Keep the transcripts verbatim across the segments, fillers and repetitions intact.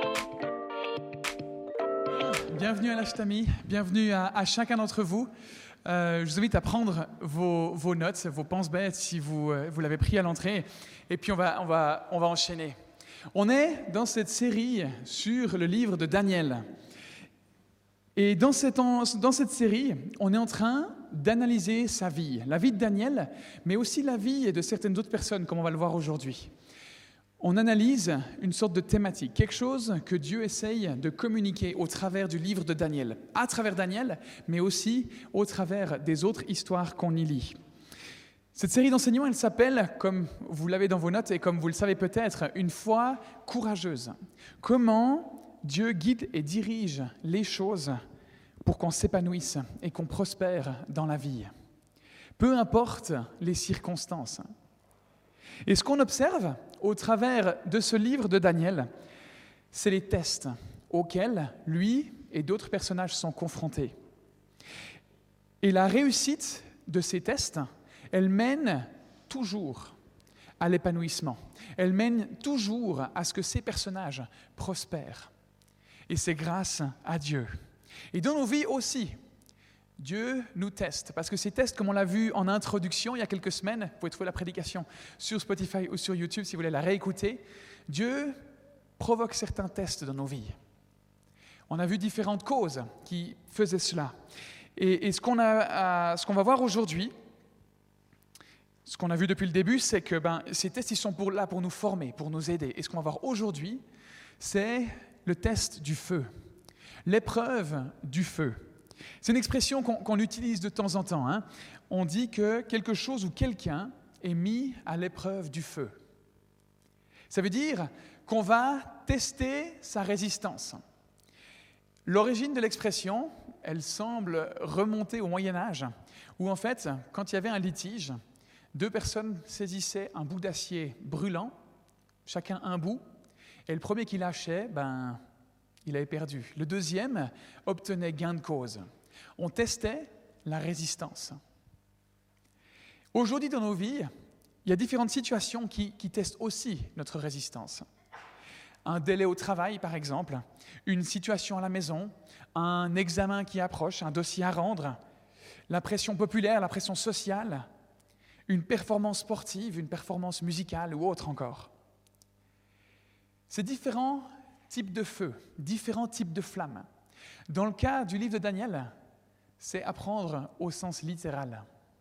Bienvenue à l'Ashtami, bienvenue à, à chacun d'entre vous. Euh, je vous invite à prendre vos, vos notes, vos penses-bêtes si vous, euh, vous l'avez pris à l'entrée. Et puis on va, on, va, on va enchaîner. On est dans cette série sur le livre de Daniel. Et dans cette, dans cette série, on est en train d'analyser sa vie, la vie de Daniel, mais aussi la vie de certaines autres personnes, comme on va le voir aujourd'hui. On analyse une sorte de thématique, quelque chose que Dieu essaye de communiquer au travers du livre de Daniel, à travers Daniel, mais aussi au travers des autres histoires qu'on y lit. Cette série d'enseignements, elle s'appelle, comme vous l'avez dans vos notes et comme vous le savez peut-être, Une foi courageuse. Comment Dieu guide et dirige les choses pour qu'on s'épanouisse et qu'on prospère dans la vie, peu importe les circonstances. Et ce qu'on observe au travers de ce livre de Daniel, c'est les tests auxquels lui et d'autres personnages sont confrontés. Et la réussite de ces tests, elle mène toujours à l'épanouissement. Elle mène toujours à ce que ces personnages prospèrent. Et c'est grâce à Dieu. Et dans nos vies aussi, Dieu nous teste, parce que ces tests, comme on l'a vu en introduction il y a quelques semaines, vous pouvez trouver la prédication sur Spotify ou sur YouTube si vous voulez la réécouter, Dieu provoque certains tests dans nos vies. On a vu différentes causes qui faisaient cela. Et, et ce, qu'on a, ce qu'on va voir aujourd'hui, ce qu'on a vu depuis le début, c'est que ben, ces tests ils sont pour, là pour nous former, pour nous aider. Et ce qu'on va voir aujourd'hui, c'est le test du feu, l'épreuve du feu. C'est une expression qu'on, qu'on utilise de temps en temps. Hein. On dit que quelque chose ou quelqu'un est mis à l'épreuve du feu. Ça veut dire qu'on va tester sa résistance. L'origine de l'expression, elle semble remonter au Moyen-Âge, où en fait, quand il y avait un litige, deux personnes saisissaient un bout d'acier brûlant, chacun un bout, et le premier qui lâchait, ben, il avait perdu. Le deuxième obtenait gain de cause. On testait la résistance. Aujourd'hui, dans nos vies, il y a différentes situations qui, qui testent aussi notre résistance. Un délai au travail, par exemple, une situation à la maison, un examen qui approche, un dossier à rendre, la pression populaire, la pression sociale, une performance sportive, une performance musicale ou autre encore. Ces différents types de feux, différents types de flammes. Dans le cas du livre de Daniel, c'est à prendre au sens littéral.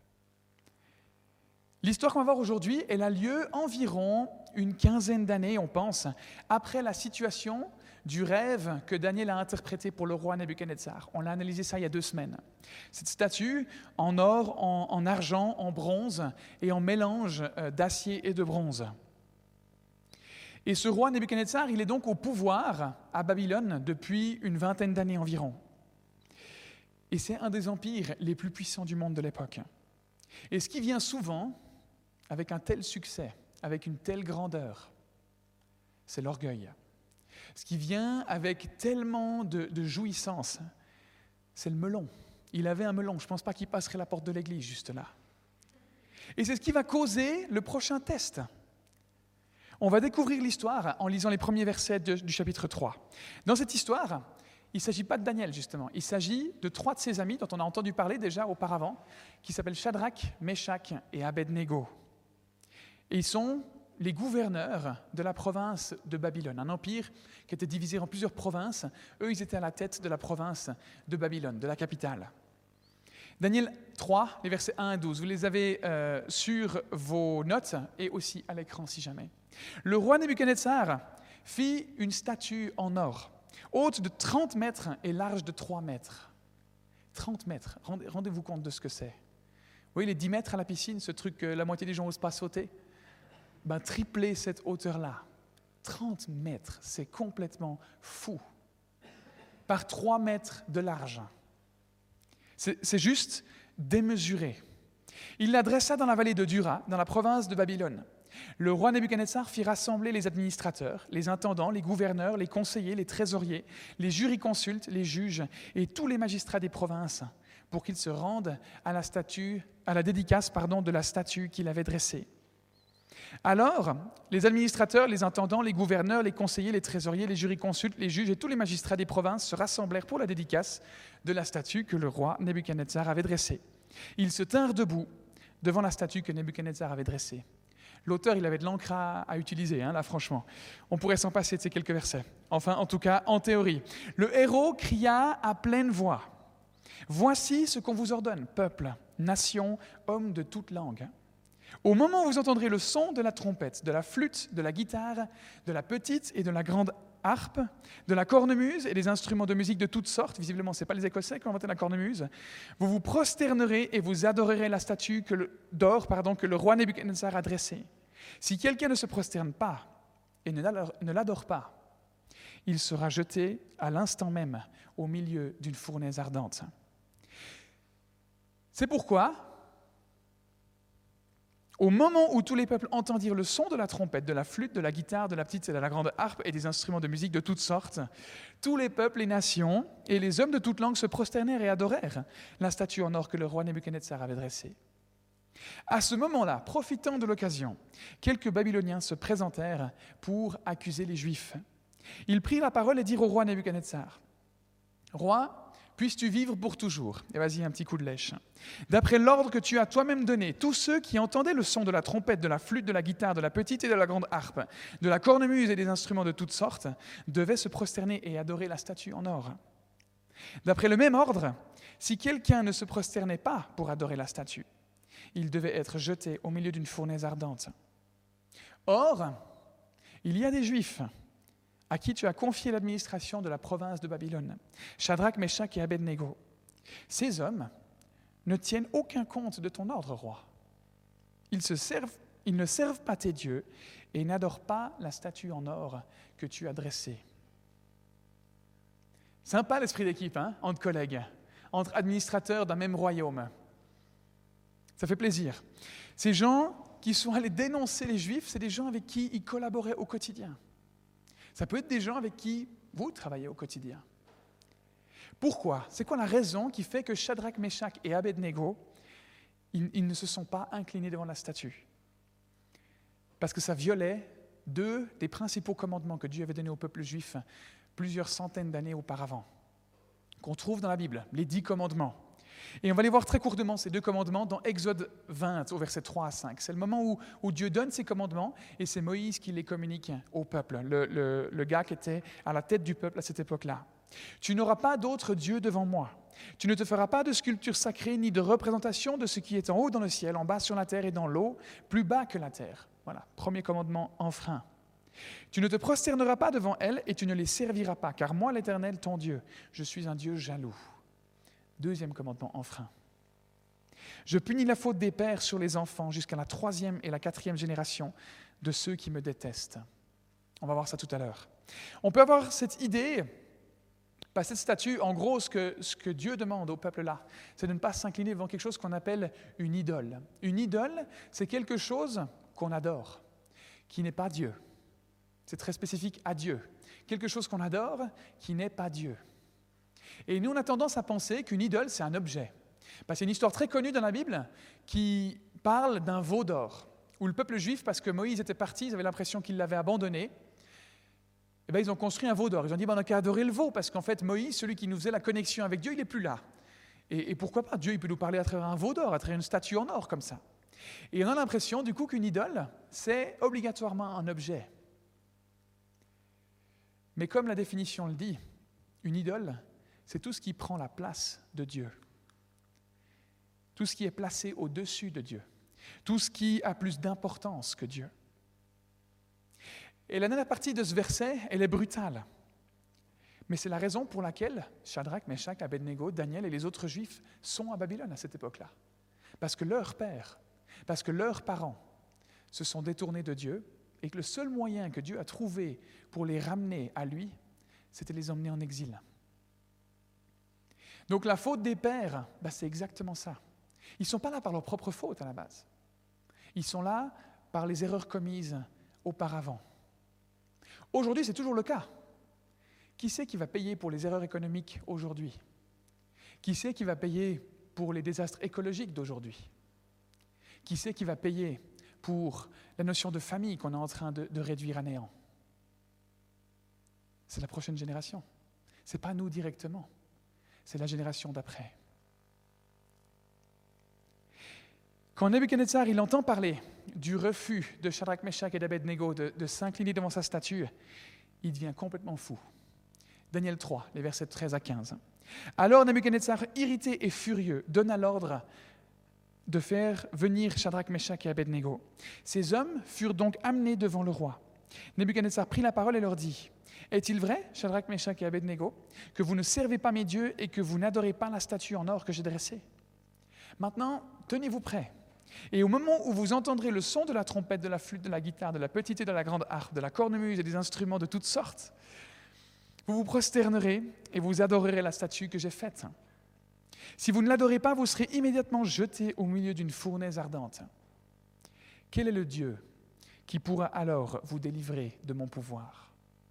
L'histoire qu'on va voir aujourd'hui, elle a lieu environ une quinzaine d'années, on pense, après la situation du rêve que Daniel a interprété pour le roi Nebuchadnezzar. On l'a analysé ça il y a deux semaines. Cette statue en or, en, en argent, en bronze et en mélange d'acier et de bronze. Et ce roi Nebuchadnezzar, il est donc au pouvoir à Babylone depuis une vingtaine d'années environ. Et c'est un des empires les plus puissants du monde de l'époque. Et ce qui vient souvent avec un tel succès, avec une telle grandeur, c'est l'orgueil. Ce qui vient avec tellement de, de jouissance, c'est le melon. Il avait un melon, je ne pense pas qu'il passerait la porte de l'église juste là. Et c'est ce qui va causer le prochain test. On va découvrir l'histoire en lisant les premiers versets de, du chapitre trois. Dans cette histoire, il ne s'agit pas de Daniel, justement. Il s'agit de trois de ses amis dont on a entendu parler déjà auparavant, qui s'appellent Shadrach, Meshach et Abednego. Et ils sont les gouverneurs de la province de Babylone, un empire qui était divisé en plusieurs provinces. Eux, ils étaient à la tête de la province de Babylone, de la capitale. Daniel trois, les versets un à douze, vous les avez euh, sur vos notes et aussi à l'écran si jamais. Le roi Nebuchadnezzar fit une statue en or, haute de trente mètres et large de trois mètres. trente mètres, rendez, rendez-vous compte de ce que c'est. Vous voyez les dix mètres à la piscine, ce truc que la moitié des gens n'osent pas sauter? Ben, tripler cette hauteur-là. trente mètres, c'est complètement fou. Par trois mètres de large. C'est, c'est juste démesuré. Il l'adressa dans la vallée de Dura, dans la province de Babylone. Le roi Nebuchadnezzar fit rassembler les administrateurs, les intendants, les gouverneurs, les conseillers, les trésoriers, les jurisconsultes, les juges et tous les magistrats des provinces pour qu'ils se rendent à la, statue, à la dédicace pardon, de la statue qu'il avait dressée. Alors, les administrateurs, les intendants, les gouverneurs, les conseillers, les trésoriers, les jurisconsultes, les juges et tous les magistrats des provinces se rassemblèrent pour la dédicace de la statue que le roi Nebuchadnezzar avait dressée. Ils se tinrent debout devant la statue que Nebuchadnezzar avait dressée. L'auteur, il avait de l'encre à, à utiliser, hein, là, franchement. On pourrait s'en passer de ces quelques versets. Enfin, en tout cas, en théorie. Le héros cria à pleine voix. « Voici ce qu'on vous ordonne, peuple, nation, hommes de toute langue. Au moment où vous entendrez le son de la trompette, de la flûte, de la guitare, de la petite et de la grande harpe, de la cornemuse et des instruments de musique de toutes sortes, visiblement ce n'est pas les Écossais qui ont inventé la cornemuse, vous vous prosternerez et vous adorerez la statue que le, d'or pardon, que le roi Nebuchadnezzar a dressée. Si quelqu'un ne se prosterne pas et ne l'adore, ne l'adore pas, il sera jeté à l'instant même au milieu d'une fournaise ardente. » C'est pourquoi, au moment où tous les peuples entendirent le son de la trompette, de la flûte, de la guitare, de la petite et de la grande harpe et des instruments de musique de toutes sortes, tous les peuples, les nations et les hommes de toute langue se prosternèrent et adorèrent la statue en or que le roi Nebuchadnezzar avait dressée. À ce moment-là, profitant de l'occasion, quelques Babyloniens se présentèrent pour accuser les Juifs. Ils prirent la parole et dirent au roi Nebuchadnezzar : « Roi, puisses-tu vivre pour toujours ?» Et vas-y, un petit coup de lèche. « D'après l'ordre que tu as toi-même donné, tous ceux qui entendaient le son de la trompette, de la flûte, de la guitare, de la petite et de la grande harpe, de la cornemuse et des instruments de toutes sortes, devaient se prosterner et adorer la statue en or. D'après le même ordre, si quelqu'un ne se prosternait pas pour adorer la statue, il devait être jeté au milieu d'une fournaise ardente. Or, il y a des Juifs à qui tu as confié l'administration de la province de Babylone, Shadrach, Meshach et Abednego. Ces hommes ne tiennent aucun compte de ton ordre, roi. Ils, se servent, ils ne servent pas tes dieux et n'adorent pas la statue en or que tu as dressée. » Sympa l'esprit d'équipe, hein, entre collègues, entre administrateurs d'un même royaume. Ça fait plaisir. Ces gens qui sont allés dénoncer les Juifs, c'est des gens avec qui ils collaboraient au quotidien. Ça peut être des gens avec qui vous travaillez au quotidien. Pourquoi ? C'est quoi la raison qui fait que Shadrach, Meshach et Abednego, ils, ils ne se sont pas inclinés devant la statue ? Parce que ça violait deux des principaux commandements que Dieu avait donnés au peuple juif plusieurs centaines d'années auparavant, qu'on trouve dans la Bible, les dix commandements. Et on va les voir très courtement, ces deux commandements, dans Exode vingt, au verset trois à cinq. C'est le moment où, où Dieu donne ces commandements et c'est Moïse qui les communique au peuple, le, le, le gars qui était à la tête du peuple à cette époque-là. « Tu n'auras pas d'autre Dieu devant moi. Tu ne te feras pas de sculpture sacrée ni de représentation de ce qui est en haut dans le ciel, en bas sur la terre et dans l'eau, plus bas que la terre. » Voilà, premier commandement enfreint. « Tu ne te prosterneras pas devant elles et tu ne les serviras pas, car moi, l'Éternel, ton Dieu, je suis un Dieu jaloux. » Deuxième commandement enfreint. « Je punis la faute des pères sur les enfants jusqu'à la troisième et la quatrième génération de ceux qui me détestent. » On va voir ça tout à l'heure. On peut avoir cette idée, par cette statue, en gros, ce que, ce que Dieu demande au peuple-là, c'est de ne pas s'incliner devant quelque chose qu'on appelle une idole. Une idole, c'est quelque chose qu'on adore, qui n'est pas Dieu. C'est très spécifique à Dieu. Quelque chose qu'on adore, qui n'est pas Dieu. Et nous, on a tendance à penser qu'une idole, c'est un objet. Parce qu'il y a une histoire très connue dans la Bible qui parle d'un veau d'or, où le peuple juif, parce que Moïse était parti, ils avaient l'impression qu'il l'avait abandonné, et bien, ils ont construit un veau d'or. Ils ont dit, ben, on n'a qu'à adorer le veau, parce qu'en fait, Moïse, celui qui nous faisait la connexion avec Dieu, il n'est plus là. Et, et pourquoi pas ? Dieu, il peut nous parler à travers un veau d'or, à travers une statue en or, comme ça. Et on a l'impression, du coup, qu'une idole, c'est obligatoirement un objet. Mais comme la définition le dit, une idole, c'est tout ce qui prend la place de Dieu. Tout ce qui est placé au-dessus de Dieu. Tout ce qui a plus d'importance que Dieu. Et la dernière partie de ce verset, elle est brutale. Mais c'est la raison pour laquelle Shadrach, Meshach, Abednego, Daniel et les autres Juifs sont à Babylone à cette époque-là. Parce que leurs pères, parce que leurs parents se sont détournés de Dieu et que le seul moyen que Dieu a trouvé pour les ramener à lui, c'était les emmener en exil. Donc la faute des pères, ben c'est exactement ça. Ils ne sont pas là par leur propre faute à la base. Ils sont là par les erreurs commises auparavant. Aujourd'hui, c'est toujours le cas. Qui c'est qui va payer pour les erreurs économiques aujourd'hui ? Qui c'est qui va payer pour les désastres écologiques d'aujourd'hui ? Qui c'est qui va payer pour la notion de famille qu'on est en train de, de réduire à néant. C'est la prochaine génération. Ce n'est pas nous directement, c'est la génération d'après. Quand Nebuchadnezzar il entend parler du refus de Shadrach, Meshach et d'Abednego de, de s'incliner devant sa statue, il devient complètement fou. Daniel trois, les versets treize à quinze. Alors Nebuchadnezzar, irrité et furieux, donna l'ordre de faire venir Shadrach, Meshach et Abednego. Ces hommes furent donc amenés devant le roi. Nebuchadnezzar prit la parole et leur dit : Est-il vrai, Shadrach, Meshach et Abednego, que vous ne servez pas mes dieux et que vous n'adorez pas la statue en or que j'ai dressée ? Maintenant, tenez-vous prêts. Et au moment où vous entendrez le son de la trompette, de la flûte, de la guitare, de la petite et de la grande harpe, de la cornemuse et des instruments de toutes sortes, vous vous prosternerez et vous adorerez la statue que j'ai faite. Si vous ne l'adorez pas, vous serez immédiatement jetés au milieu d'une fournaise ardente. Quel est le Dieu qui pourra alors vous délivrer de mon pouvoir ?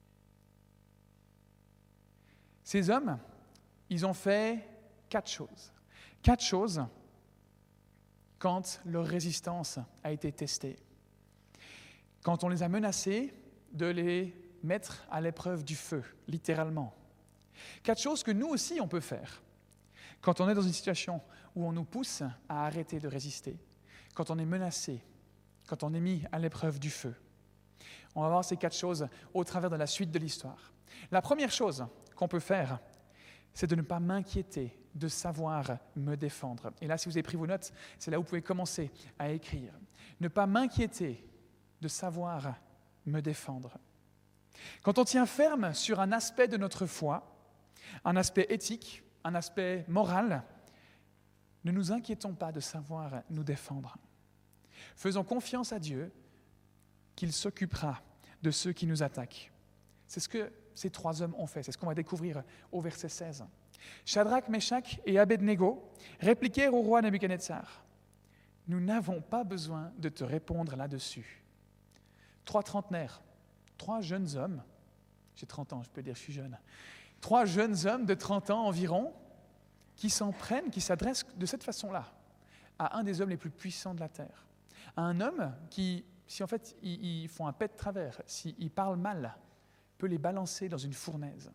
Ces hommes, ils ont fait quatre choses. Quatre choses quand leur résistance a été testée. Quand on les a menacés de les mettre à l'épreuve du feu, littéralement. Quatre choses que nous aussi on peut faire. Quand on est dans une situation où on nous pousse à arrêter de résister, quand on est menacé, quand on est mis à l'épreuve du feu. On va voir ces quatre choses au travers de la suite de l'histoire. La première chose qu'on peut faire, c'est de ne pas m'inquiéter, de savoir me défendre. Et là, si vous avez pris vos notes, c'est là où vous pouvez commencer à écrire. Ne pas m'inquiéter, de savoir me défendre. Quand on tient ferme sur un aspect de notre foi, un aspect éthique, un aspect moral, ne nous inquiétons pas de savoir nous défendre. Faisons confiance à Dieu qu'il s'occupera de ceux qui nous attaquent. C'est ce que ces trois hommes ont fait, c'est ce qu'on va découvrir au verset seize. Shadrach, Meshach et Abednego répliquèrent au roi Nebuchadnezzar : Nous n'avons pas besoin de te répondre là-dessus. Trois trentenaires, trois jeunes hommes, j'ai trente ans, je peux dire que je suis jeune, trois jeunes hommes de trente ans environ qui s'en prennent, qui s'adressent de cette façon-là à un des hommes les plus puissants de la terre. À un homme qui, si en fait ils, ils font un pet de travers, s'ils parlent mal, peut les balancer dans une fournaise.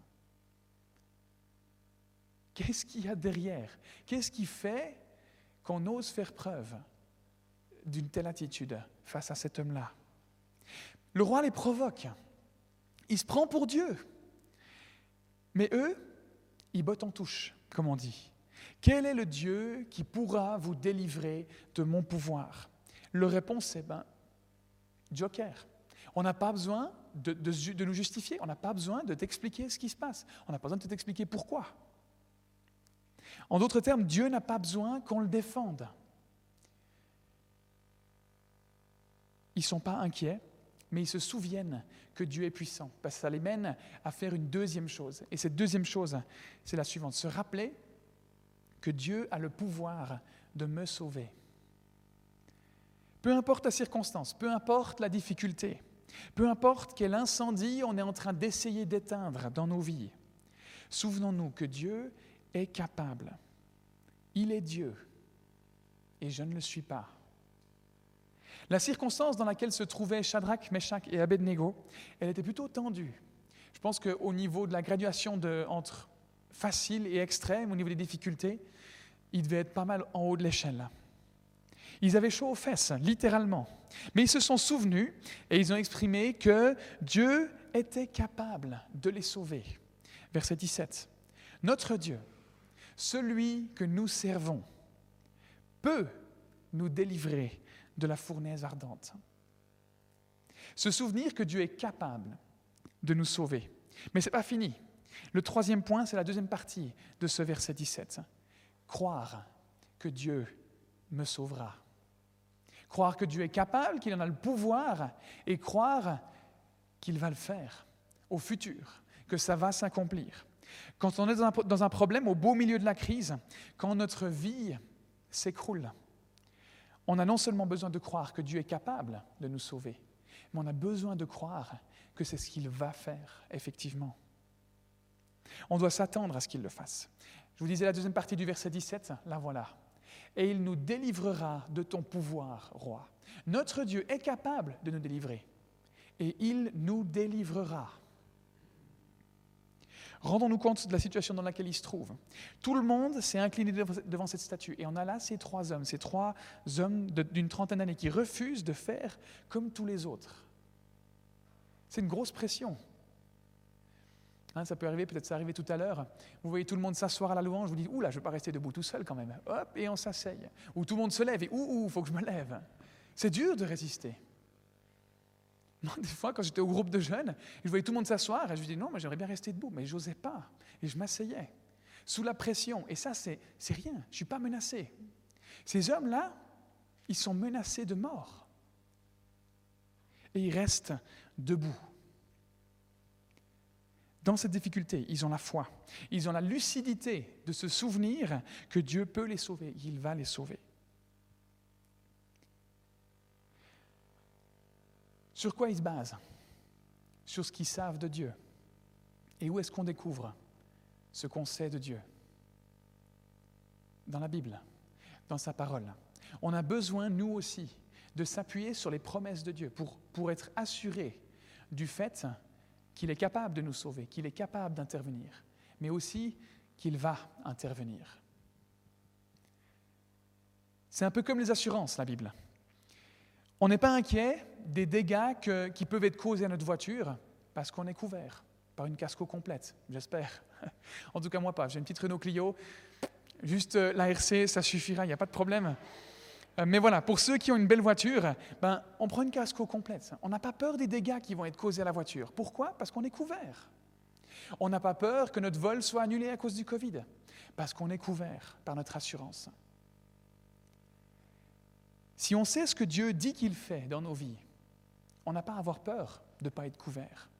Qu'est-ce qu'il y a derrière ? Qu'est-ce qui fait qu'on ose faire preuve d'une telle attitude face à cet homme-là ? Le roi les provoque. Il se prend pour Dieu. Mais eux, ils bottent en touche, comme on dit. Quel est le Dieu qui pourra vous délivrer de mon pouvoir ? Leur réponse, c'est ben, Joker. On n'a pas besoin de, de, de nous justifier, on n'a pas besoin de t'expliquer ce qui se passe, on n'a pas besoin de t'expliquer pourquoi. En d'autres termes, Dieu n'a pas besoin qu'on le défende. Ils ne sont pas inquiets, mais ils se souviennent que Dieu est puissant, parce que ça les mène à faire une deuxième chose. Et cette deuxième chose, c'est la suivante, se rappeler que Dieu a le pouvoir de me sauver. Peu importe la circonstance, peu importe la difficulté, peu importe quel incendie on est en train d'essayer d'éteindre dans nos vies, souvenons-nous que Dieu est capable. Il est Dieu et je ne le suis pas. La circonstance dans laquelle se trouvaient Shadrach, Meshach et Abednego, elle était plutôt tendue. Je pense qu'au niveau de la graduation de, entre facile et extrême, au niveau des difficultés, ils devaient être pas mal en haut de l'échelle. Ils avaient chaud aux fesses, littéralement. Mais ils se sont souvenus et ils ont exprimé que Dieu était capable de les sauver. Verset dix-sept. Notre Dieu, celui que nous servons, peut nous délivrer de la fournaise ardente. Se souvenir que Dieu est capable de nous sauver. Mais ce n'est pas fini. Le troisième point, c'est la deuxième partie de ce verset dix-sept. Croire que Dieu me sauvera. Croire que Dieu est capable, qu'il en a le pouvoir, et croire qu'il va le faire au futur, que ça va s'accomplir. Quand on est dans un, dans un problème au beau milieu de la crise, quand notre vie s'écroule, on a non seulement besoin de croire que Dieu est capable de nous sauver, mais on a besoin de croire que c'est ce qu'il va faire, effectivement. On doit s'attendre à ce qu'il le fasse. Je vous disais la deuxième partie du verset dix-sept, la voilà. et il nous délivrera de ton pouvoir, roi. Notre Dieu est capable de nous délivrer et il nous délivrera. Rendons-nous compte de la situation dans laquelle il se trouve. Tout le monde s'est incliné devant cette statue et on a là ces trois hommes, ces trois hommes d'une trentaine d'années qui refusent de faire comme tous les autres. C'est une grosse pression. Hein, ça peut arriver, peut-être ça arrivé tout à l'heure. Vous voyez tout le monde s'asseoir à la louange, vous dites « Ouh là, je ne vais pas rester debout tout seul quand même. » Hop, et on s'asseye. Ou tout le monde se lève et « Ouh, il faut que je me lève. » C'est dur de résister. Moi, des fois, quand j'étais au groupe de jeunes, je voyais tout le monde s'asseoir et je me disais « Non, mais j'aimerais bien rester debout. » Mais je n'osais pas. Et je m'asseyais, sous la pression. Et ça, c'est, c'est rien. Je ne suis pas menacé. Ces hommes-là, ils sont menacés de mort. Et ils restent debout. Dans cette difficulté, ils ont la foi. Ils ont la lucidité de se souvenir que Dieu peut les sauver. Il va les sauver. Sur quoi ils se basent? Sur ce qu'ils savent de Dieu. Et où est-ce qu'on découvre ce qu'on sait de Dieu? Dans la Bible, dans sa parole. On a besoin, nous aussi, de s'appuyer sur les promesses de Dieu pour, pour être assurés du fait qu'il est capable de nous sauver, qu'il est capable d'intervenir, mais aussi qu'il va intervenir. C'est un peu comme les assurances, la Bible. On n'est pas inquiet des dégâts que, qui peuvent être causés à notre voiture parce qu'on est couvert par une casco complète, j'espère. En tout cas, moi pas. J'ai une petite Renault Clio, juste euh, l'A R C, ça suffira, il n'y a pas de problème. Euh, mais voilà, pour ceux qui ont une belle voiture, ben, on prend une casco complète. On n'a pas peur des dégâts qui vont être causés à la voiture. Pourquoi? Parce qu'on est couvert. On n'a pas peur que notre vol soit annulé à cause du Covid, parce qu'on est couvert par notre assurance. Si on sait ce que Dieu dit qu'il fait dans nos vies, on n'a pas à avoir peur de ne pas être couvert.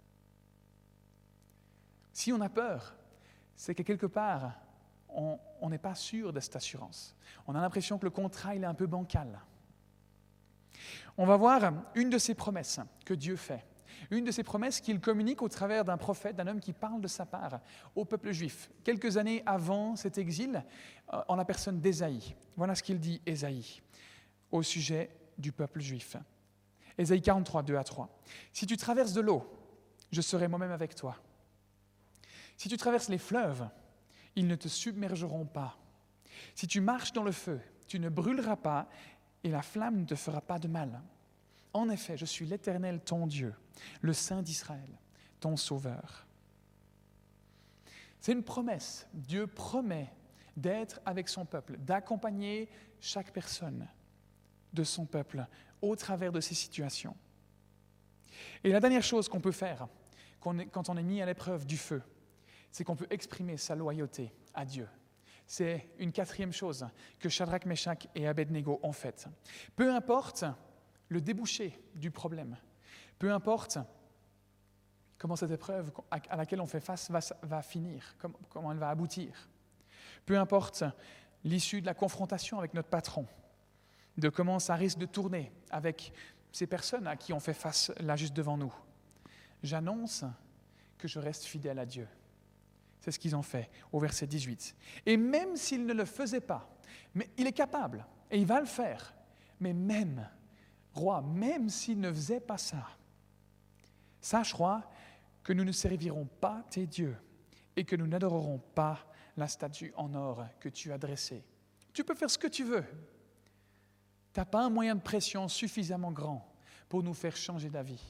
Si on a peur, c'est que quelque part, on n'est pas sûr de cette assurance. On a l'impression que le contrat il est un peu bancal. On va voir une de ces promesses que Dieu fait. Une de ces promesses qu'il communique au travers d'un prophète, d'un homme qui parle de sa part au peuple juif. Quelques années avant cet exil, en la personne d'Ésaïe. Voilà ce qu'il dit, Ésaïe, au sujet du peuple juif. Ésaïe quarante-trois, deux à trois. « Si tu traverses de l'eau, je serai moi-même avec toi. Si tu traverses les fleuves, ils ne te submergeront pas. Si tu marches dans le feu, tu ne brûleras pas et la flamme ne te fera pas de mal. En effet, je suis l'Éternel, ton Dieu, le Saint d'Israël, ton Sauveur. » C'est une promesse. Dieu promet d'être avec son peuple, d'accompagner chaque personne de son peuple au travers de ces situations. Et la dernière chose qu'on peut faire quand on est mis à l'épreuve du feu, c'est qu'on peut exprimer sa loyauté à Dieu. C'est une quatrième chose que Shadrach, Meshach et Abednego ont faite. Peu importe le débouché du problème, peu importe comment cette épreuve à laquelle on fait face va, va finir, comment elle va aboutir, peu importe l'issue de la confrontation avec notre patron, de comment ça risque de tourner avec ces personnes à qui on fait face là juste devant nous. J'annonce que je reste fidèle à Dieu. C'est ce qu'ils ont fait au verset dix-huit. Et même s'il ne le faisait pas, mais il est capable et il va le faire, mais même, roi, même s'il ne faisait pas ça, sache, roi, que nous ne servirons pas tes dieux et que nous n'adorerons pas la statue en or que tu as dressée. Tu peux faire ce que tu veux. Tu n'as pas un moyen de pression suffisamment grand pour nous faire changer d'avis.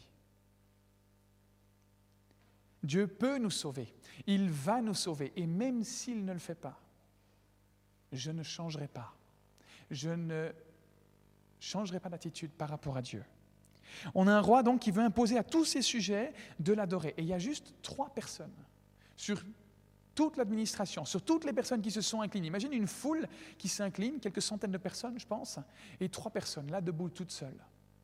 Dieu peut nous sauver. Il va nous sauver. Et même s'il ne le fait pas, je ne changerai pas. Je ne changerai pas d'attitude par rapport à Dieu. On a un roi donc qui veut imposer à tous ces sujets de l'adorer. Et il y a juste trois personnes sur toute l'administration, sur toutes les personnes qui se sont inclinées. Imagine une foule qui s'incline, quelques centaines de personnes, je pense, et trois personnes là debout toutes seules.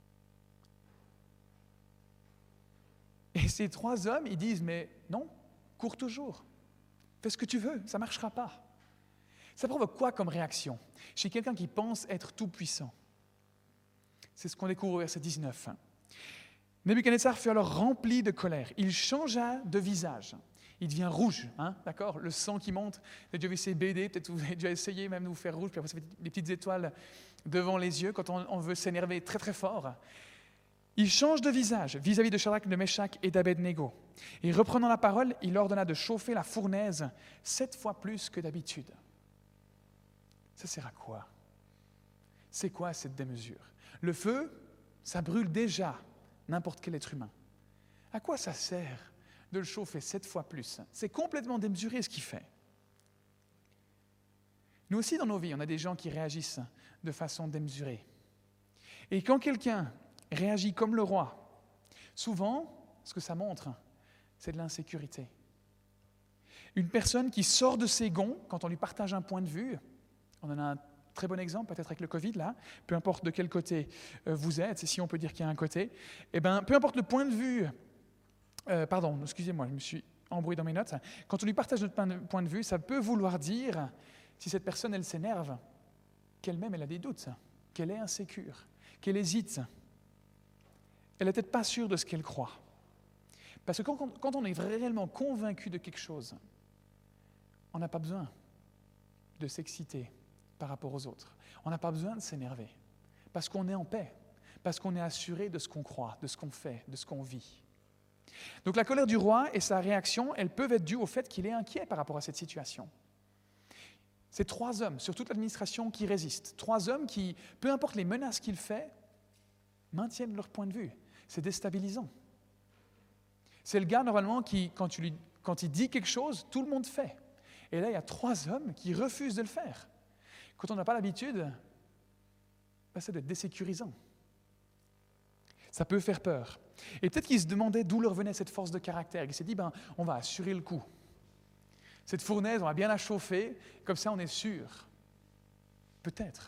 Et ces trois hommes, ils disent, mais non, cours toujours, fais ce que tu veux, ça ne marchera pas. Ça provoque quoi comme réaction chez quelqu'un qui pense être tout-puissant? C'est ce qu'on découvre au verset dix-neuf. Nebuchadnezzar fut alors rempli de colère. Il changea de visage. Il devient rouge, hein, d'accord? Le sang qui monte. Vous avez déjà vu ces B D, peut-être vous avez déjà essayé même de vous faire rouge, puis après ça fait des petites étoiles devant les yeux quand on, on veut s'énerver très très fort. Il change de visage vis-à-vis de Shadrach, de Meshach et d'Abednego. Et reprenant la parole, il ordonna de chauffer la fournaise sept fois plus que d'habitude. Ça sert à quoi? C'est quoi cette démesure? Le feu, ça brûle déjà n'importe quel être humain. À quoi ça sert de le chauffer sept fois plus? C'est complètement démesuré ce qu'il fait. Nous aussi, dans nos vies, on a des gens qui réagissent de façon démesurée. Et quand quelqu'un réagit comme le roi, souvent, ce que ça montre, c'est de l'insécurité. Une personne qui sort de ses gonds quand on lui partage un point de vue, on en a un très bon exemple, peut-être avec le Covid, là, peu importe de quel côté vous êtes, si on peut dire qu'il y a un côté, eh bien, peu importe le point de vue, euh, pardon, excusez-moi, je me suis embrouillé dans mes notes, quand on lui partage notre point de vue, ça peut vouloir dire, si cette personne, elle s'énerve, qu'elle-même, elle a des doutes, qu'elle est insécure, qu'elle hésite, elle n'est peut-être pas sûre de ce qu'elle croit. Parce que quand, quand on est réellement convaincu de quelque chose, on n'a pas besoin de s'exciter par rapport aux autres. On n'a pas besoin de s'énerver, parce qu'on est en paix, parce qu'on est assuré de ce qu'on croit, de ce qu'on fait, de ce qu'on vit. Donc la colère du roi et sa réaction, elles peuvent être dues au fait qu'il est inquiet par rapport à cette situation. C'est trois hommes sur toute l'administration qui résistent, trois hommes qui, peu importe les menaces qu'il fait, maintiennent leur point de vue. C'est déstabilisant. C'est le gars, normalement, qui, quand, tu lui, quand il dit quelque chose, tout le monde fait. Et là, il y a trois hommes qui refusent de le faire. Quand on n'a pas l'habitude, ben, ça doit être désécurisant. Ça peut faire peur. Et peut-être qu'il se demandait d'où leur venait cette force de caractère. Il s'est dit, ben, on va assurer le coup. Cette fournaise, on va bien la chauffer, comme ça on est sûr. Peut-être.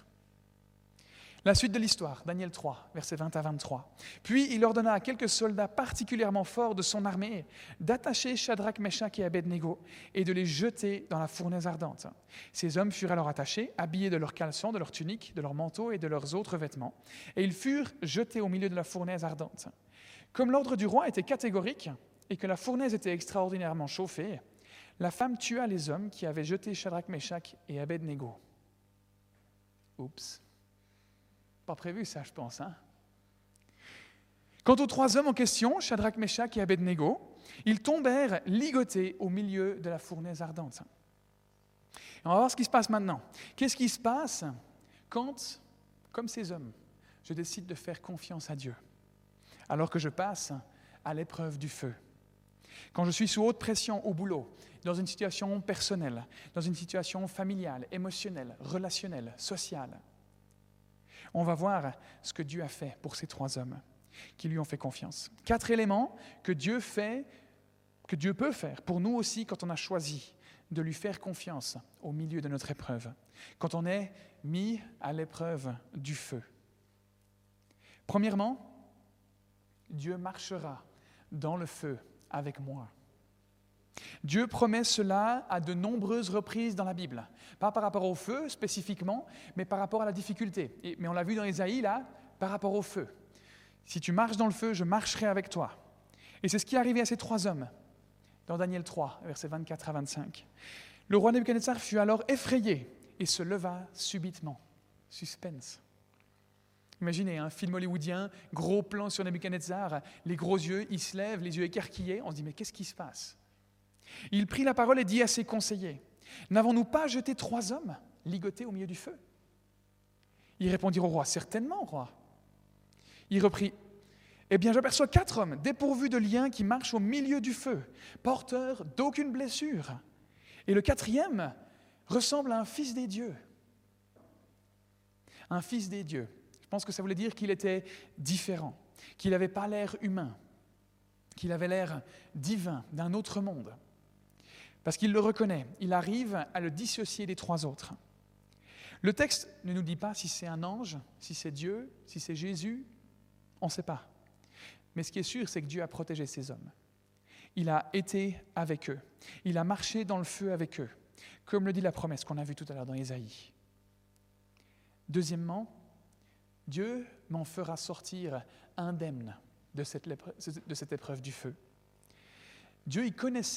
La suite de l'histoire, Daniel trois, versets vingt à vingt-trois. Puis il ordonna à quelques soldats particulièrement forts de son armée d'attacher Shadrach, Meshach et Abednego et de les jeter dans la fournaise ardente. Ces hommes furent alors attachés, habillés de leurs caleçons, de leurs tuniques, de leurs manteaux et de leurs autres vêtements, et ils furent jetés au milieu de la fournaise ardente. Comme l'ordre du roi était catégorique et que la fournaise était extraordinairement chauffée, la femme tua les hommes qui avaient jeté Shadrach, Meshach et Abednego. Oups. Pas prévu ça, je pense. Hein? Quant aux trois hommes en question, Shadrach, Meshach et Abednego, ils tombèrent ligotés au milieu de la fournaise ardente. Et on va voir ce qui se passe maintenant. Qu'est-ce qui se passe quand, comme ces hommes, je décide de faire confiance à Dieu, alors que je passe à l'épreuve du feu? Quand je suis sous haute pression au boulot, dans une situation personnelle, dans une situation familiale, émotionnelle, relationnelle, sociale, on va voir ce que Dieu a fait pour ces trois hommes qui lui ont fait confiance. Quatre éléments que Dieu fait, que Dieu peut faire pour nous aussi quand on a choisi de lui faire confiance au milieu de notre épreuve, quand on est mis à l'épreuve du feu. Premièrement, Dieu marchera dans le feu avec moi. Dieu promet cela à de nombreuses reprises dans la Bible. Pas par rapport au feu spécifiquement, mais par rapport à la difficulté. Et, mais on l'a vu dans Ésaïe, là, par rapport au feu. Si tu marches dans le feu, je marcherai avec toi. Et c'est ce qui est arrivé à ces trois hommes, dans Daniel trois, versets vingt-quatre à vingt-cinq. Le roi Nebuchadnezzar fut alors effrayé et se leva subitement. Suspense. Imaginez un film hollywoodien, gros plan sur Nebuchadnezzar, les gros yeux, il se lève, les yeux écarquillés. On se dit, mais qu'est-ce qui se passe? Il prit la parole et dit à ses conseillers, « N'avons-nous pas jeté trois hommes ligotés au milieu du feu ?» Ils répondirent au roi, « Certainement, roi. » Il reprit, « Eh bien, j'aperçois quatre hommes dépourvus de liens qui marchent au milieu du feu, porteurs d'aucune blessure. Et le quatrième ressemble à un fils des dieux. » Un fils des dieux. Je pense que ça voulait dire qu'il était différent, qu'il n'avait pas l'air humain, qu'il avait l'air divin, d'un autre monde. Parce qu'il le reconnaît, il arrive à le dissocier des trois autres. Le texte ne nous dit pas si c'est un ange, si c'est Dieu, si c'est Jésus, on ne sait pas. Mais ce qui est sûr, c'est que Dieu a protégé ces hommes. Il a été avec eux, il a marché dans le feu avec eux, comme le dit la promesse qu'on a vue tout à l'heure dans Ésaïe. Deuxièmement, Dieu m'en fera sortir indemne de cette, de cette épreuve du feu. Dieu, il connaissait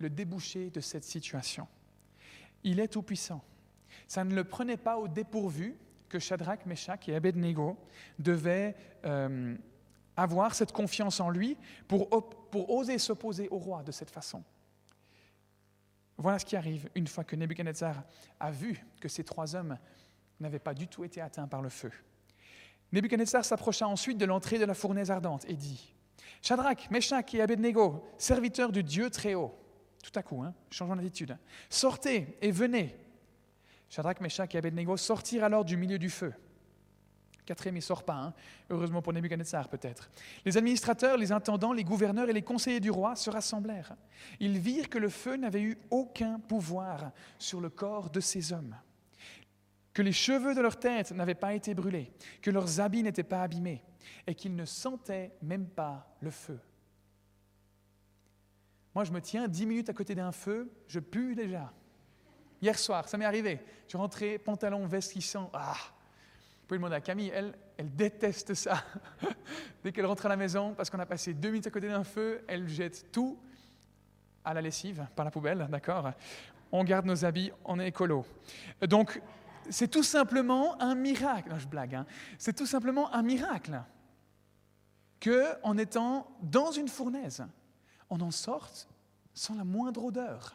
le débouché de cette situation. Il est tout-puissant. Ça ne le prenait pas au dépourvu que Shadrach, Meshach et Abednego devaient euh, avoir cette confiance en lui pour, pour oser s'opposer au roi de cette façon. Voilà ce qui arrive une fois que Nebuchadnezzar a vu que ces trois hommes n'avaient pas du tout été atteints par le feu. Nebuchadnezzar s'approcha ensuite de l'entrée de la fournaise ardente et dit « Shadrach, Meshach et Abednego, serviteurs du Dieu Très-Haut. » Tout à coup, hein, changeons d'attitude. « Sortez et venez. » Shadrach, Meshach et Abednego sortirent alors du milieu du feu. Quatrième, il ne sort pas, hein. Heureusement pour Nebuchadnezzar peut-être. Les administrateurs, les intendants, les gouverneurs et les conseillers du roi se rassemblèrent. Ils virent que le feu n'avait eu aucun pouvoir sur le corps de ces hommes, que les cheveux de leur tête n'avaient pas été brûlés, que leurs habits n'étaient pas abîmés et qu'ils ne sentaient même pas le feu. Moi, je me tiens dix minutes à côté d'un feu, je pue déjà. Hier soir, ça m'est arrivé. Je rentrais, pantalon, veste qui sent. Ah! Vous pouvez demander à Camille, elle, elle déteste ça. Dès qu'elle rentre à la maison, parce qu'on a passé deux minutes à côté d'un feu, elle jette tout à la lessive, par la poubelle, d'accord? On garde nos habits, on est écolo. Donc, c'est tout simplement un miracle. Non, je blague, hein. C'est tout simplement un miracle qu'en étant dans une fournaise, on en sorte sans la moindre odeur.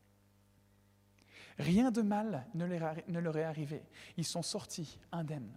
Rien de mal ne leur est arrivé. Ils sont sortis indemnes.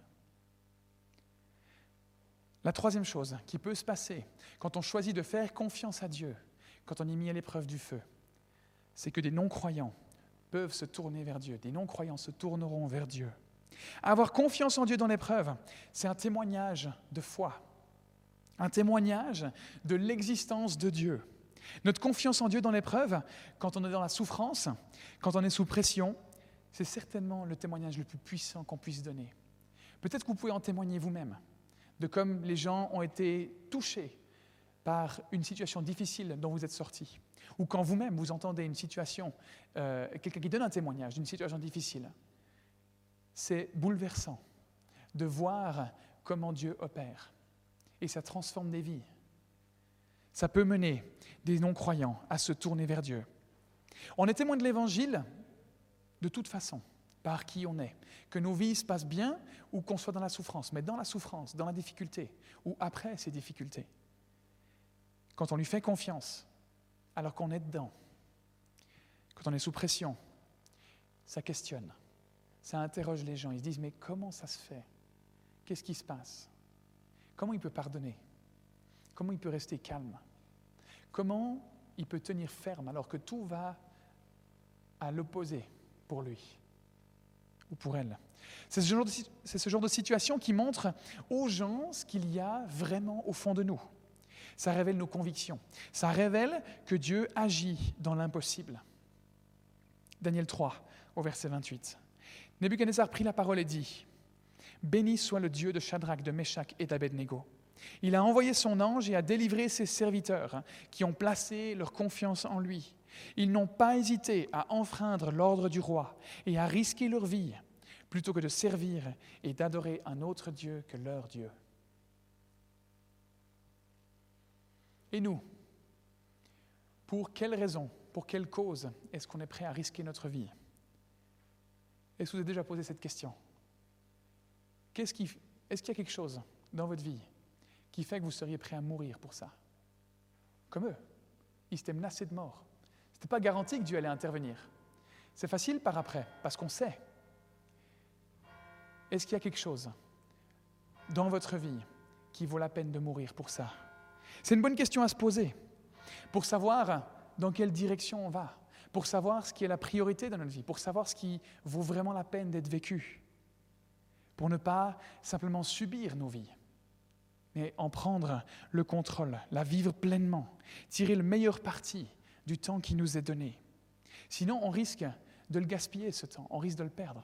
La troisième chose qui peut se passer quand on choisit de faire confiance à Dieu, quand on est mis à l'épreuve du feu, c'est que des non-croyants peuvent se tourner vers Dieu. Des non-croyants se tourneront vers Dieu. Avoir confiance en Dieu dans l'épreuve, c'est un témoignage de foi, un témoignage de l'existence de Dieu. Notre confiance en Dieu dans l'épreuve, quand on est dans la souffrance, quand on est sous pression, c'est certainement le témoignage le plus puissant qu'on puisse donner. Peut-être que vous pouvez en témoigner vous-même, de comme les gens ont été touchés par une situation difficile dont vous êtes sortis, ou quand vous-même vous entendez une situation, euh, quelqu'un qui donne un témoignage d'une situation difficile. C'est bouleversant de voir comment Dieu opère, et ça transforme des vies. Ça peut mener des non-croyants à se tourner vers Dieu. On est témoin de l'Évangile de toute façon, par qui on est. Que nos vies se passent bien ou qu'on soit dans la souffrance, mais dans la souffrance, dans la difficulté, ou après ces difficultés. Quand on lui fait confiance, alors qu'on est dedans, quand on est sous pression, ça questionne, ça interroge les gens. Ils se disent, mais comment ça se fait? Qu'est-ce qui se passe? Comment il peut pardonner? Comment il peut rester calme? Comment il peut tenir ferme alors que tout va à l'opposé pour lui ou pour elle? C'est ce genre de, c'est ce genre de situation qui montre aux gens ce qu'il y a vraiment au fond de nous. Ça révèle nos convictions. Ça révèle que Dieu agit dans l'impossible. Daniel trois, au verset vingt-huit. Nebuchadnezzar prit la parole et dit « Béni soit le Dieu de Shadrach, de Meshach et d'Abednego. Il a envoyé son ange et a délivré ses serviteurs qui ont placé leur confiance en lui. Ils n'ont pas hésité à enfreindre l'ordre du roi et à risquer leur vie plutôt que de servir et d'adorer un autre Dieu que leur Dieu. » Et nous, pour quelle raison, pour quelle cause est-ce qu'on est prêt à risquer notre vie? Est-ce que vous avez déjà posé cette question? Qu'est-ce qui, est-ce qu'il y a quelque chose dans votre vie qui fait que vous seriez prêt à mourir pour ça? Comme eux, ils s'étaient menacés de mort. Ce n'était pas garanti que Dieu allait intervenir. C'est facile par après, parce qu'on sait. Est-ce qu'il y a quelque chose dans votre vie qui vaut la peine de mourir pour ça? C'est une bonne question à se poser, pour savoir dans quelle direction on va, pour savoir ce qui est la priorité dans notre vie, pour savoir ce qui vaut vraiment la peine d'être vécu, pour ne pas simplement subir nos vies, mais en prendre le contrôle, la vivre pleinement, tirer le meilleur parti du temps qui nous est donné. Sinon, on risque de le gaspiller, ce temps, on risque de le perdre.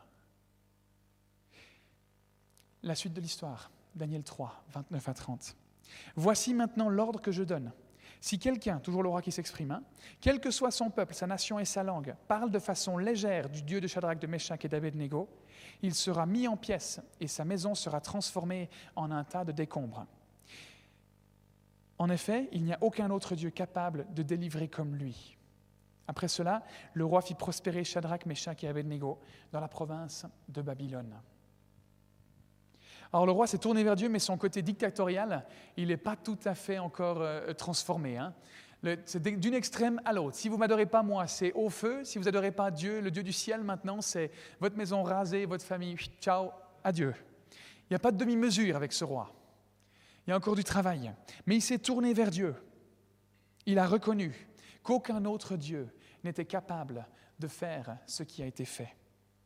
La suite de l'histoire, Daniel trois, vingt-neuf à trente. « Voici maintenant l'ordre que je donne. Si quelqu'un, toujours le roi qui s'exprime, hein, quel que soit son peuple, sa nation et sa langue, parle de façon légère du Dieu de Shadrach, de Meshach et d'Abednego, il sera mis en pièces et sa maison sera transformée en un tas de décombres. En effet, il n'y a aucun autre Dieu capable de délivrer comme lui. » Après cela, le roi fit prospérer Shadrach, Meshach et Abednego dans la province de Babylone. Alors le roi s'est tourné vers Dieu, mais son côté dictatorial, il n'est pas tout à fait encore euh, transformé. Hein. Le, c'est d'une extrême à l'autre. Si vous ne m'adorez pas moi, c'est au feu. Si vous n'adorez pas Dieu, le Dieu du ciel maintenant, c'est votre maison rasée, votre famille, ciao, adieu. Il n'y a pas de demi-mesure avec ce roi. Il y a encore du travail. Mais il s'est tourné vers Dieu. Il a reconnu qu'aucun autre Dieu n'était capable de faire ce qui a été fait.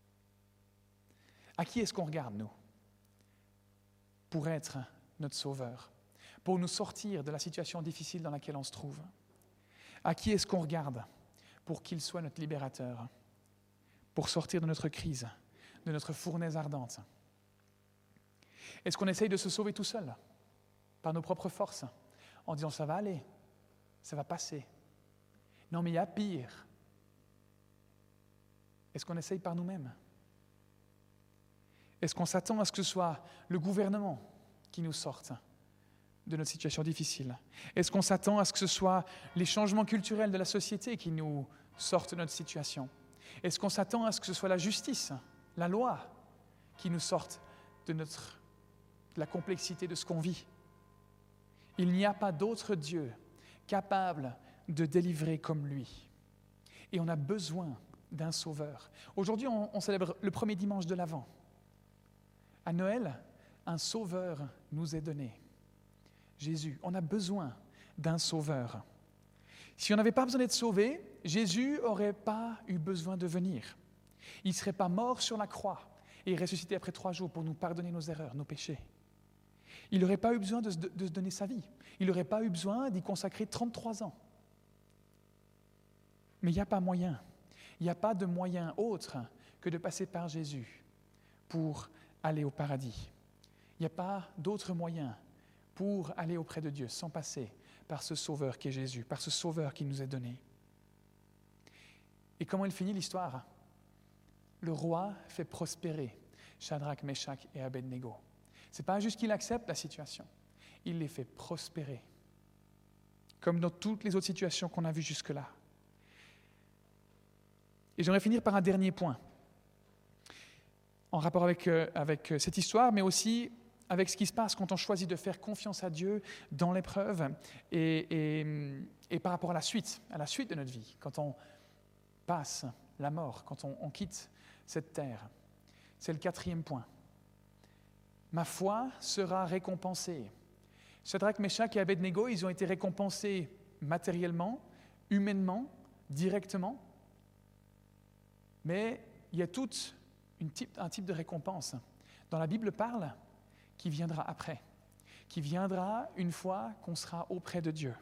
À qui est-ce qu'on regarde, nous, pour être notre sauveur, pour nous sortir de la situation difficile dans laquelle on se trouve? À qui est-ce qu'on regarde pour qu'il soit notre libérateur, pour sortir de notre crise, de notre fournaise ardente? Est-ce qu'on essaye de se sauver tout seul, par nos propres forces, en disant « ça va aller, ça va passer ». Non, mais il y a pire. Est-ce qu'on essaye par nous-mêmes? Est-ce qu'on s'attend à ce que ce soit le gouvernement qui nous sorte de notre situation difficile? Est-ce qu'on s'attend à ce que ce soit les changements culturels de la société qui nous sortent de notre situation? Est-ce qu'on s'attend à ce que ce soit la justice, la loi, qui nous sorte de, notre, de la complexité de ce qu'on vit? Il n'y a pas d'autre Dieu capable de délivrer comme lui. Et on a besoin d'un sauveur. Aujourd'hui, on, on célèbre le premier dimanche de l'Avent. À Noël, un sauveur nous est donné. Jésus. On a besoin d'un sauveur. Si on n'avait pas besoin d'être sauvé, Jésus n'aurait pas eu besoin de venir. Il ne serait pas mort sur la croix et ressuscité après trois jours pour nous pardonner nos erreurs, nos péchés. Il n'aurait pas eu besoin de se, de se donner sa vie. Il n'aurait pas eu besoin d'y consacrer trente-trois ans. Mais il n'y a pas moyen. Il n'y a pas de moyen autre que de passer par Jésus pour aller au paradis. Il n'y a pas d'autre moyen pour aller auprès de Dieu sans passer par ce sauveur qui est Jésus, par ce sauveur qui nous est donné. Et comment il finit l'histoire? Le roi fait prospérer Shadrach, Meshach et Abednego. Ce n'est pas juste qu'il accepte la situation, il les fait prospérer, comme dans toutes les autres situations qu'on a vues jusque-là. Et j'aimerais finir par un dernier point, en rapport avec, euh, avec cette histoire, mais aussi avec ce qui se passe quand on choisit de faire confiance à Dieu dans l'épreuve et, et, et par rapport à la suite, à la suite de notre vie, quand on passe la mort, quand on, on quitte cette terre. C'est le quatrième point. Ma foi sera récompensée. Shadrach, Meshach et Abednego, ils ont été récompensés matériellement, humainement, directement, mais il y a tout une type, un type de récompense dont la Bible parle qui viendra après, qui viendra une fois qu'on sera auprès de Dieu.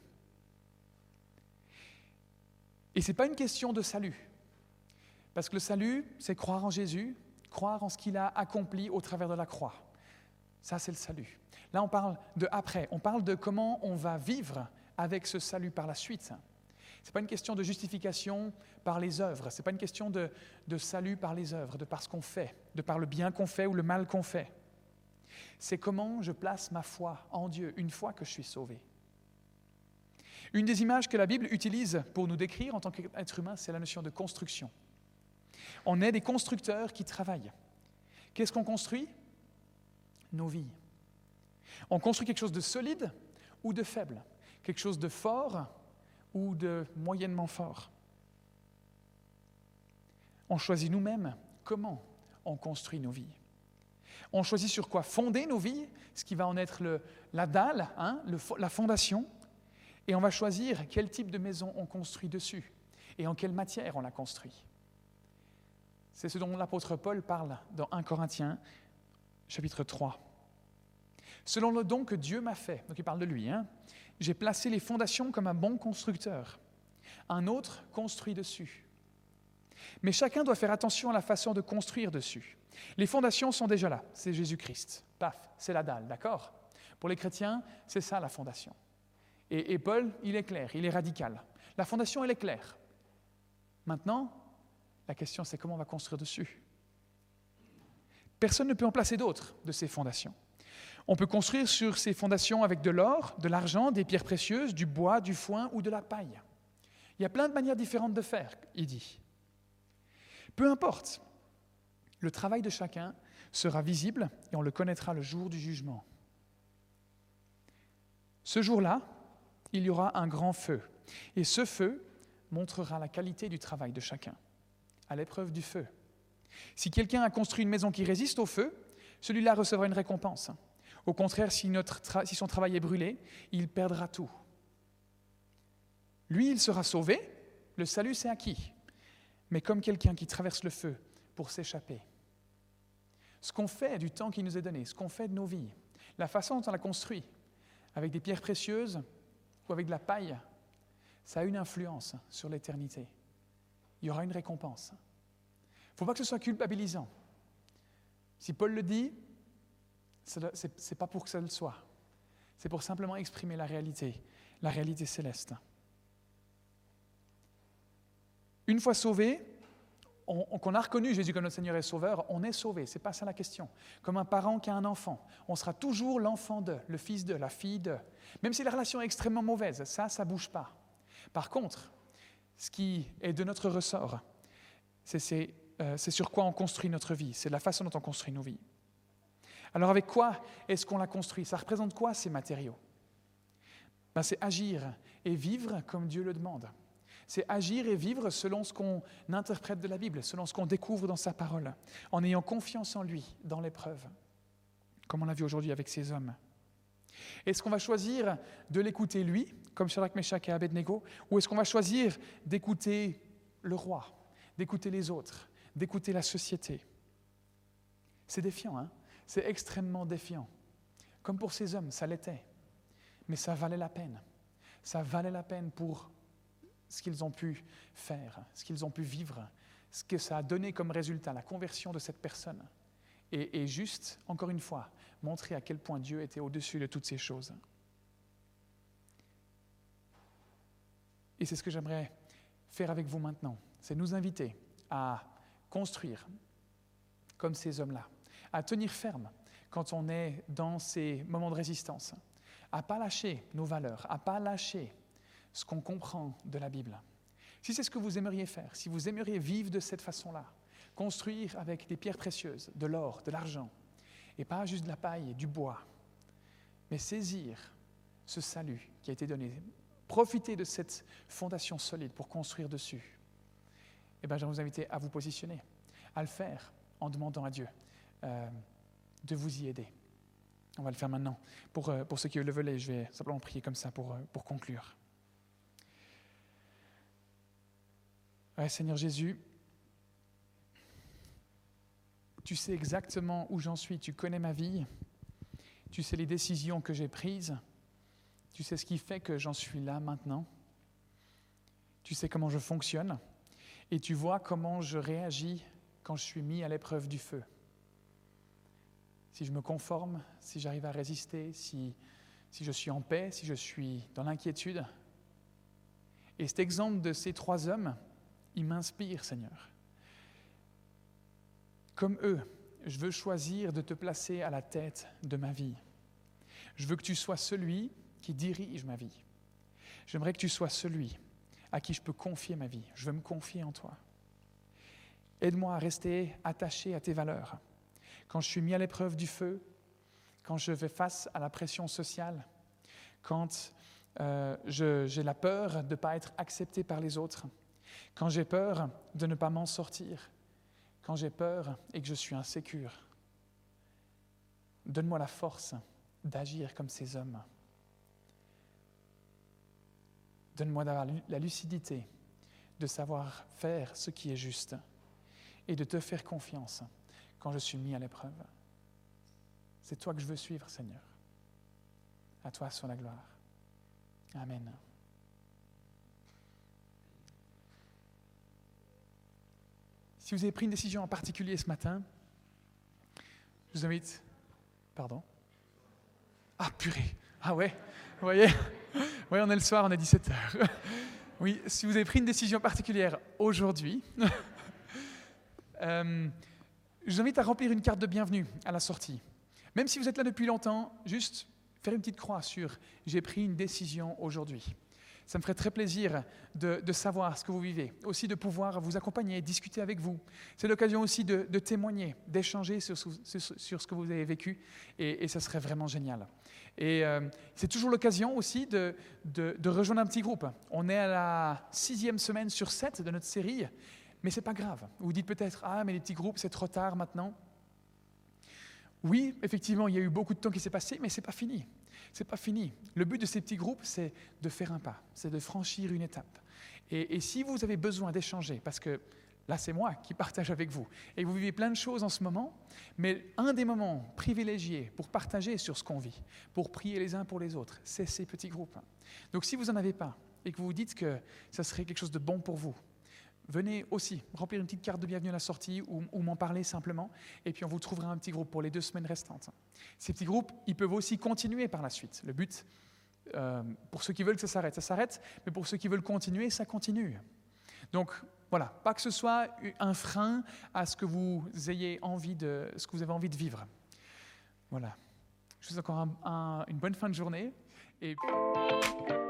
Et ce n'est pas une question de salut, parce que le salut, c'est croire en Jésus, croire en ce qu'il a accompli au travers de la croix. Ça, c'est le salut. Là, on parle de après, on parle de comment on va vivre avec ce salut par la suite. Ce n'est pas une question de justification par les œuvres, ce n'est pas une question de, de salut par les œuvres, de par ce qu'on fait, de par le bien qu'on fait ou le mal qu'on fait. C'est comment je place ma foi en Dieu une fois que je suis sauvé. Une des images que la Bible utilise pour nous décrire en tant qu'être humain, c'est la notion de construction. On est des constructeurs qui travaillent. Qu'est-ce qu'on construit? Nos vies. On construit quelque chose de solide ou de faible, quelque chose de fort ou de moyennement fort. On choisit nous-mêmes comment on construit nos vies. On choisit sur quoi fonder nos vies, ce qui va en être le, la dalle, hein, le, la fondation, et on va choisir quel type de maison on construit dessus et en quelle matière on la construit. C'est ce dont l'apôtre Paul parle dans un Corinthiens, chapitre trois. Selon le don que Dieu m'a fait, donc il parle de lui, hein, j'ai placé les fondations comme un bon constructeur, un autre construit dessus. Mais chacun doit faire attention à la façon de construire dessus. Les fondations sont déjà là, c'est Jésus-Christ. Paf, c'est la dalle, d'accord? Pour les chrétiens, c'est ça la fondation. Et, et Paul, il est clair, il est radical. La fondation, elle est claire. Maintenant, la question, c'est comment on va construire dessus. Personne ne peut en placer d'autres de ces fondations. On peut construire sur ces fondations avec de l'or, de l'argent, des pierres précieuses, du bois, du foin ou de la paille. Il y a plein de manières différentes de faire, il dit. Peu importe, le travail de chacun sera visible et on le connaîtra le jour du jugement. Ce jour-là, il y aura un grand feu. Et ce feu montrera la qualité du travail de chacun, à l'épreuve du feu. Si quelqu'un a construit une maison qui résiste au feu, celui-là recevra une récompense. Au contraire, si, notre tra- si son travail est brûlé, il perdra tout. Lui, il sera sauvé, le salut c'est acquis, mais comme quelqu'un qui traverse le feu pour s'échapper. Ce qu'on fait du temps qui nous est donné, ce qu'on fait de nos vies, la façon dont on l'a construit, avec des pierres précieuses ou avec de la paille, ça a une influence sur l'éternité. Il y aura une récompense. Il ne faut pas que ce soit culpabilisant. Si Paul le dit, ce n'est pas pour que ça le soit. C'est pour simplement exprimer la réalité, la réalité céleste. Une fois sauvé, on, on, qu'on a reconnu Jésus comme notre Seigneur et Sauveur, on est sauvé, ce n'est pas ça la question. Comme un parent qui a un enfant, on sera toujours l'enfant de, le fils de, la fille de. Même si la relation est extrêmement mauvaise, ça, ça ne bouge pas. Par contre, ce qui est de notre ressort, c'est, c'est, euh, c'est sur quoi on construit notre vie, c'est la façon dont on construit nos vies. Alors avec quoi est-ce qu'on l'a construit? Ça représente quoi ces matériaux? Ben, c'est agir et vivre comme Dieu le demande. C'est agir et vivre selon ce qu'on interprète de la Bible, selon ce qu'on découvre dans sa parole, en ayant confiance en lui, dans l'épreuve, comme on l'a vu aujourd'hui avec ces hommes. Est-ce qu'on va choisir de l'écouter lui, comme Shadrach, Meshach et Abednego, ou est-ce qu'on va choisir d'écouter le roi, d'écouter les autres, d'écouter la société? C'est défiant, hein? C'est extrêmement défiant. Comme pour ces hommes, ça l'était. Mais ça valait la peine. Ça valait la peine pour ce qu'ils ont pu faire, ce qu'ils ont pu vivre, ce que ça a donné comme résultat, la conversion de cette personne. Et, et juste, encore une fois, montrer à quel point Dieu était au-dessus de toutes ces choses. Et c'est ce que j'aimerais faire avec vous maintenant, c'est nous inviter à construire comme ces hommes-là, à tenir ferme quand on est dans ces moments de résistance, à ne pas lâcher nos valeurs, à ne pas lâcher ce qu'on comprend de la Bible. Si c'est ce que vous aimeriez faire, si vous aimeriez vivre de cette façon-là, construire avec des pierres précieuses, de l'or, de l'argent, et pas juste de la paille et du bois, mais saisir ce salut qui a été donné, profiter de cette fondation solide pour construire dessus, eh bien, je vais vous inviter à vous positionner, à le faire en demandant à Dieu euh, de vous y aider. On va le faire maintenant. Pour, euh, pour ceux qui le veulent, je vais simplement prier comme ça pour, euh, pour conclure. Ouais, Seigneur Jésus, tu sais exactement où j'en suis, tu connais ma vie, tu sais les décisions que j'ai prises, tu sais ce qui fait que j'en suis là maintenant, tu sais comment je fonctionne et tu vois comment je réagis quand je suis mis à l'épreuve du feu. Si je me conforme, si j'arrive à résister, si, si je suis en paix, si je suis dans l'inquiétude. Et cet exemple de ces trois hommes, il m'inspire, Seigneur. Comme eux, je veux choisir de te placer à la tête de ma vie. Je veux que tu sois celui qui dirige ma vie. J'aimerais que tu sois celui à qui je peux confier ma vie. Je veux me confier en toi. Aide-moi à rester attaché à tes valeurs. Quand je suis mis à l'épreuve du feu, quand je fais face à la pression sociale, quand euh, je, j'ai la peur de ne pas être accepté par les autres, quand j'ai peur de ne pas m'en sortir, quand j'ai peur et que je suis insécure, donne-moi la force d'agir comme ces hommes. Donne-moi d'avoir la lucidité de savoir faire ce qui est juste et de te faire confiance quand je suis mis à l'épreuve. C'est toi que je veux suivre, Seigneur. À toi soit la gloire. Amen. Si vous avez pris une décision en particulier ce matin, je vous invite... Pardon? Ah, purée! Ah ouais, vous voyez? Oui, on est le soir, on est dix-sept heures. Oui, si vous avez pris une décision particulière aujourd'hui, euh, je vous invite à remplir une carte de bienvenue à la sortie. Même si vous êtes là depuis longtemps, juste faire une petite croix sur « J'ai pris une décision aujourd'hui ». Ça me ferait très plaisir de, de savoir ce que vous vivez, aussi de pouvoir vous accompagner, discuter avec vous. C'est l'occasion aussi de, de témoigner, d'échanger sur, sur, sur ce que vous avez vécu, et, et ça serait vraiment génial. Et euh, c'est toujours l'occasion aussi de, de, de rejoindre un petit groupe. On est à la sixième semaine sur sept de notre série, mais ce n'est pas grave. Vous vous dites peut-être « Ah, mais les petits groupes, c'est trop tard maintenant ». Oui, effectivement, il y a eu beaucoup de temps qui s'est passé, mais ce n'est pas fini. C'est pas fini. Le but de ces petits groupes, c'est de faire un pas, c'est de franchir une étape. Et, et si vous avez besoin d'échanger, parce que là, c'est moi qui partage avec vous, et vous vivez plein de choses en ce moment, mais un des moments privilégiés pour partager sur ce qu'on vit, pour prier les uns pour les autres, c'est ces petits groupes. Donc si vous n'en avez pas, et que vous vous dites que ça serait quelque chose de bon pour vous, venez aussi remplir une petite carte de bienvenue à la sortie ou, ou m'en parler simplement, et puis on vous trouvera un petit groupe pour les deux semaines restantes. Ces petits groupes, ils peuvent aussi continuer par la suite. Le but, euh, pour ceux qui veulent que ça s'arrête, ça s'arrête, mais pour ceux qui veulent continuer, ça continue. Donc voilà, pas que ce soit un frein à ce que vous ayez envie de, ce que vous avez envie de vivre. Voilà. Je vous souhaite encore un, un, une bonne fin de journée. Et puis...